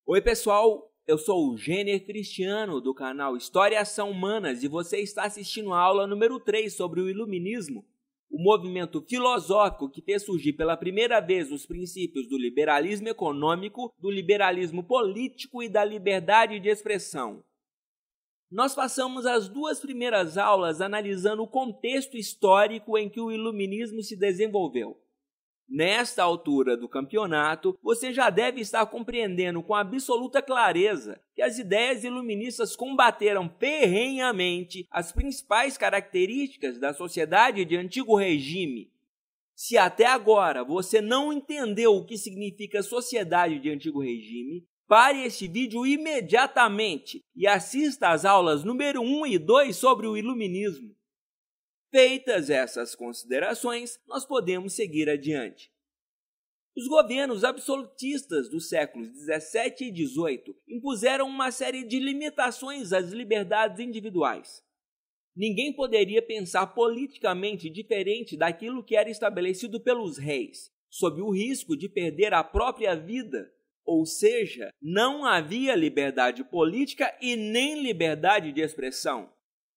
Oi pessoal, eu sou o Gêner Cristiano do canal História e Ação Humanas e você está assistindo a aula número 3 sobre o Iluminismo, o movimento filosófico que fez surgir pela primeira vez os princípios do liberalismo econômico, do liberalismo político e da liberdade de expressão. Nós passamos as duas primeiras aulas analisando o contexto histórico em que o Iluminismo se desenvolveu. Nesta altura do campeonato, você já deve estar compreendendo com absoluta clareza que as ideias iluministas combateram ferrenhamente as principais características da sociedade de antigo regime. Se até agora você não entendeu o que significa sociedade de antigo regime, pare este vídeo imediatamente e assista às aulas número 1 e 2 sobre o Iluminismo. Feitas essas considerações, nós podemos seguir adiante. Os governos absolutistas dos séculos 17 e 18 impuseram uma série de limitações às liberdades individuais. Ninguém poderia pensar politicamente diferente daquilo que era estabelecido pelos reis, sob o risco de perder a própria vida. Ou seja, não havia liberdade política e nem liberdade de expressão.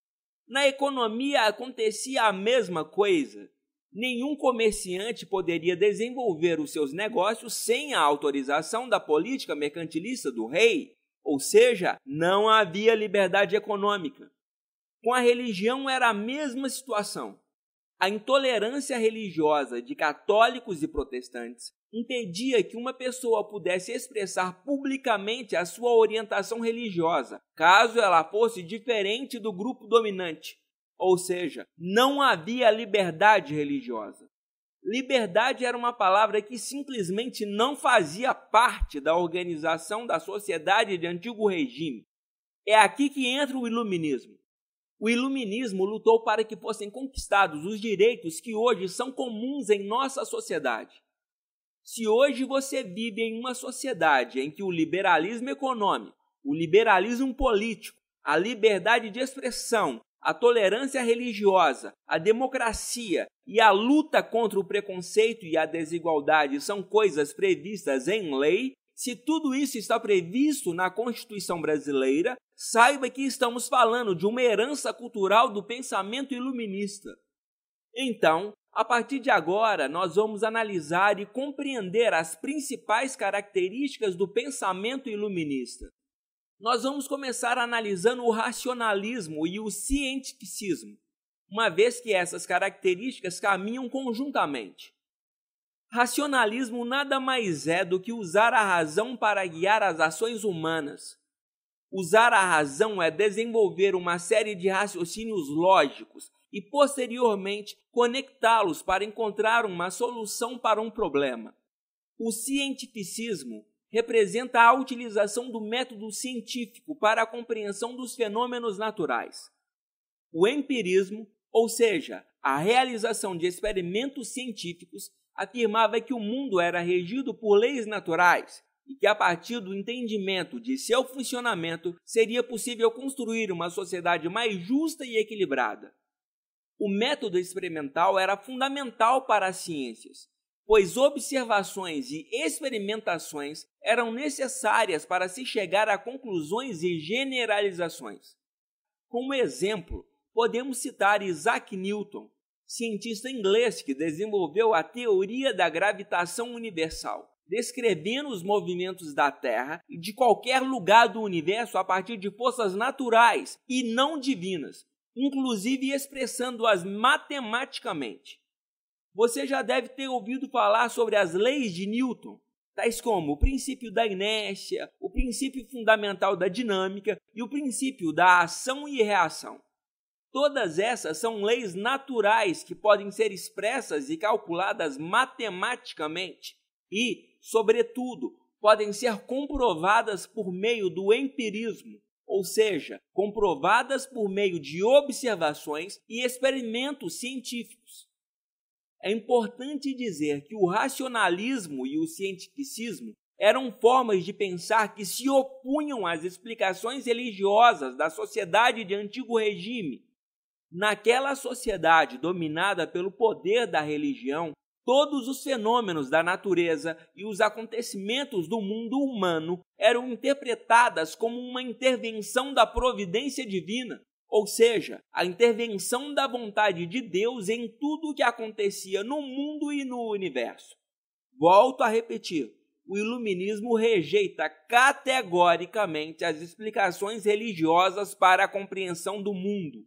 Na economia acontecia a mesma coisa. Nenhum comerciante poderia desenvolver os seus negócios sem a autorização da política mercantilista do rei, ou seja, não havia liberdade econômica. Com a religião era a mesma situação. A intolerância religiosa de católicos e protestantes impedia que uma pessoa pudesse expressar publicamente a sua orientação religiosa, caso ela fosse diferente do grupo dominante. Ou seja, não havia liberdade religiosa. Liberdade era uma palavra que simplesmente não fazia parte da organização da sociedade de antigo regime. É aqui que entra o Iluminismo. O Iluminismo lutou para que fossem conquistados os direitos que hoje são comuns em nossa sociedade. Se hoje você vive em uma sociedade em que o liberalismo econômico, o liberalismo político, a liberdade de expressão, a tolerância religiosa, a democracia e a luta contra o preconceito e a desigualdade são coisas previstas em lei, se tudo isso está previsto na Constituição brasileira, saiba que estamos falando de uma herança cultural do pensamento iluminista. Então, a partir de agora, nós vamos analisar e compreender as principais características do pensamento iluminista. Nós vamos começar analisando o racionalismo e o cientificismo, uma vez que essas características caminham conjuntamente. Racionalismo nada mais é do que usar a razão para guiar as ações humanas. Usar a razão é desenvolver uma série de raciocínios lógicos e, posteriormente, conectá-los para encontrar uma solução para um problema. O cientificismo representa a utilização do método científico para a compreensão dos fenômenos naturais. O empirismo, ou seja, a realização de experimentos científicos, afirmava que o mundo era regido por leis naturais e que, a partir do entendimento de seu funcionamento, seria possível construir uma sociedade mais justa e equilibrada. O método experimental era fundamental para as ciências, pois observações e experimentações eram necessárias para se chegar a conclusões e generalizações. Como exemplo, podemos citar Isaac Newton, cientista inglês que desenvolveu a teoria da gravitação universal, descrevendo os movimentos da Terra e de qualquer lugar do universo a partir de forças naturais e não divinas, inclusive expressando-as matematicamente. Você já deve ter ouvido falar sobre as leis de Newton, tais como o princípio da inércia, o princípio fundamental da dinâmica e o princípio da ação e reação. Todas essas são leis naturais que podem ser expressas e calculadas matematicamente e, sobretudo, podem ser comprovadas por meio do empirismo, ou seja, comprovadas por meio de observações e experimentos científicos. É importante dizer que o racionalismo e o cientificismo eram formas de pensar que se opunham às explicações religiosas da sociedade de antigo regime. Naquela sociedade dominada pelo poder da religião, todos os fenômenos da natureza e os acontecimentos do mundo humano eram interpretadas como uma intervenção da providência divina, ou seja, a intervenção da vontade de Deus em tudo o que acontecia no mundo e no universo. Volto a repetir, o iluminismo rejeita categoricamente as explicações religiosas para a compreensão do mundo.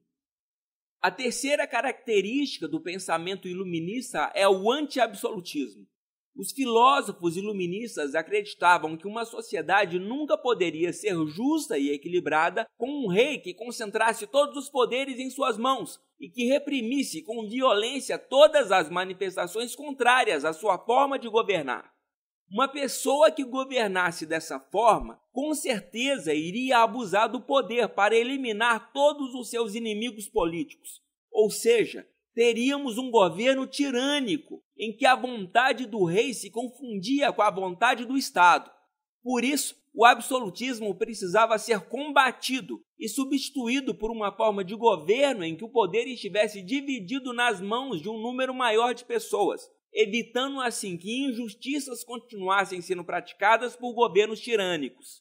A terceira característica do pensamento iluminista é o anti-absolutismo. Os filósofos iluministas acreditavam que uma sociedade nunca poderia ser justa e equilibrada com um rei que concentrasse todos os poderes em suas mãos e que reprimisse com violência todas as manifestações contrárias à sua forma de governar. Uma pessoa que governasse dessa forma, com certeza iria abusar do poder para eliminar todos os seus inimigos políticos. Ou seja, teríamos um governo tirânico, em que a vontade do rei se confundia com a vontade do Estado. Por isso, o absolutismo precisava ser combatido e substituído por uma forma de governo em que o poder estivesse dividido nas mãos de um número maior de pessoas, evitando assim que injustiças continuassem sendo praticadas por governos tirânicos.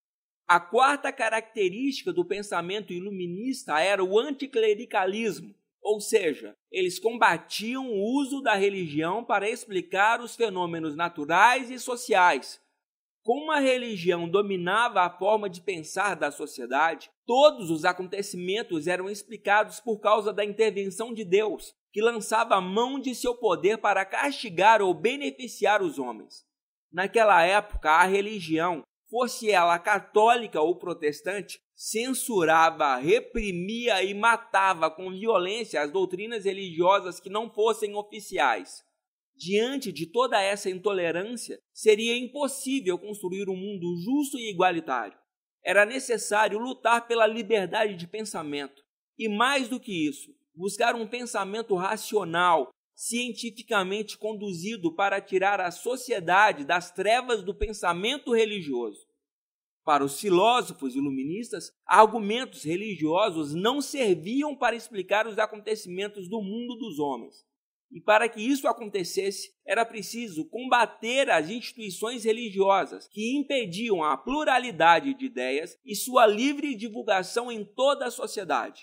A quarta característica do pensamento iluminista era o anticlericalismo, ou seja, eles combatiam o uso da religião para explicar os fenômenos naturais e sociais. Como a religião dominava a forma de pensar da sociedade, todos os acontecimentos eram explicados por causa da intervenção de Deus, que lançava a mão de seu poder para castigar ou beneficiar os homens. Naquela época, a religião, fosse ela católica ou protestante, censurava, reprimia e matava com violência as doutrinas religiosas que não fossem oficiais. Diante de toda essa intolerância, seria impossível construir um mundo justo e igualitário. Era necessário lutar pela liberdade de pensamento e, mais do que isso, buscar um pensamento racional, cientificamente conduzido para tirar a sociedade das trevas do pensamento religioso. Para os filósofos iluministas, argumentos religiosos não serviam para explicar os acontecimentos do mundo dos homens. E para que isso acontecesse, era preciso combater as instituições religiosas que impediam a pluralidade de ideias e sua livre divulgação em toda a sociedade.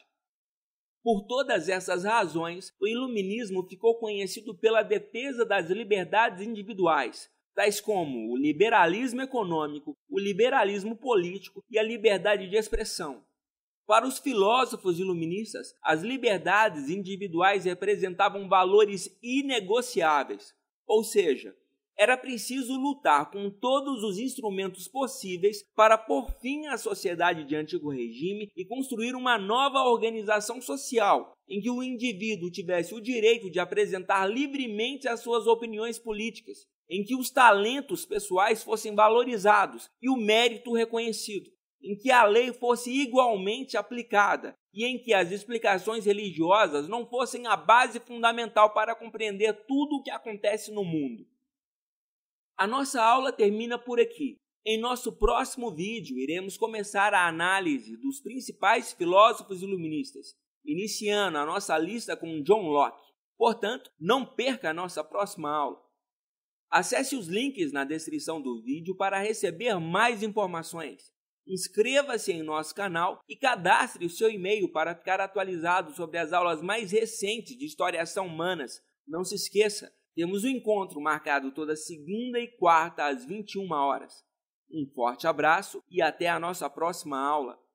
Por todas essas razões, o iluminismo ficou conhecido pela defesa das liberdades individuais, tais como o liberalismo econômico, o liberalismo político e a liberdade de expressão. Para os filósofos iluministas, as liberdades individuais representavam valores inegociáveis, ou seja, era preciso lutar com todos os instrumentos possíveis para pôr fim à sociedade de antigo regime e construir uma nova organização social, em que o indivíduo tivesse o direito de apresentar livremente as suas opiniões políticas, em que os talentos pessoais fossem valorizados e o mérito reconhecido, em que a lei fosse igualmente aplicada e em que as explicações religiosas não fossem a base fundamental para compreender tudo o que acontece no mundo. A nossa aula termina por aqui. Em nosso próximo vídeo, iremos começar a análise dos principais filósofos iluministas, iniciando a nossa lista com John Locke. Portanto, não perca a nossa próxima aula. Acesse os links na descrição do vídeo para receber mais informações. Inscreva-se em nosso canal e cadastre o seu e-mail para ficar atualizado sobre as aulas mais recentes de Historiação Humanas. Não se esqueça, temos um encontro marcado toda segunda e quarta às 21 horas. Um forte abraço e até a nossa próxima aula.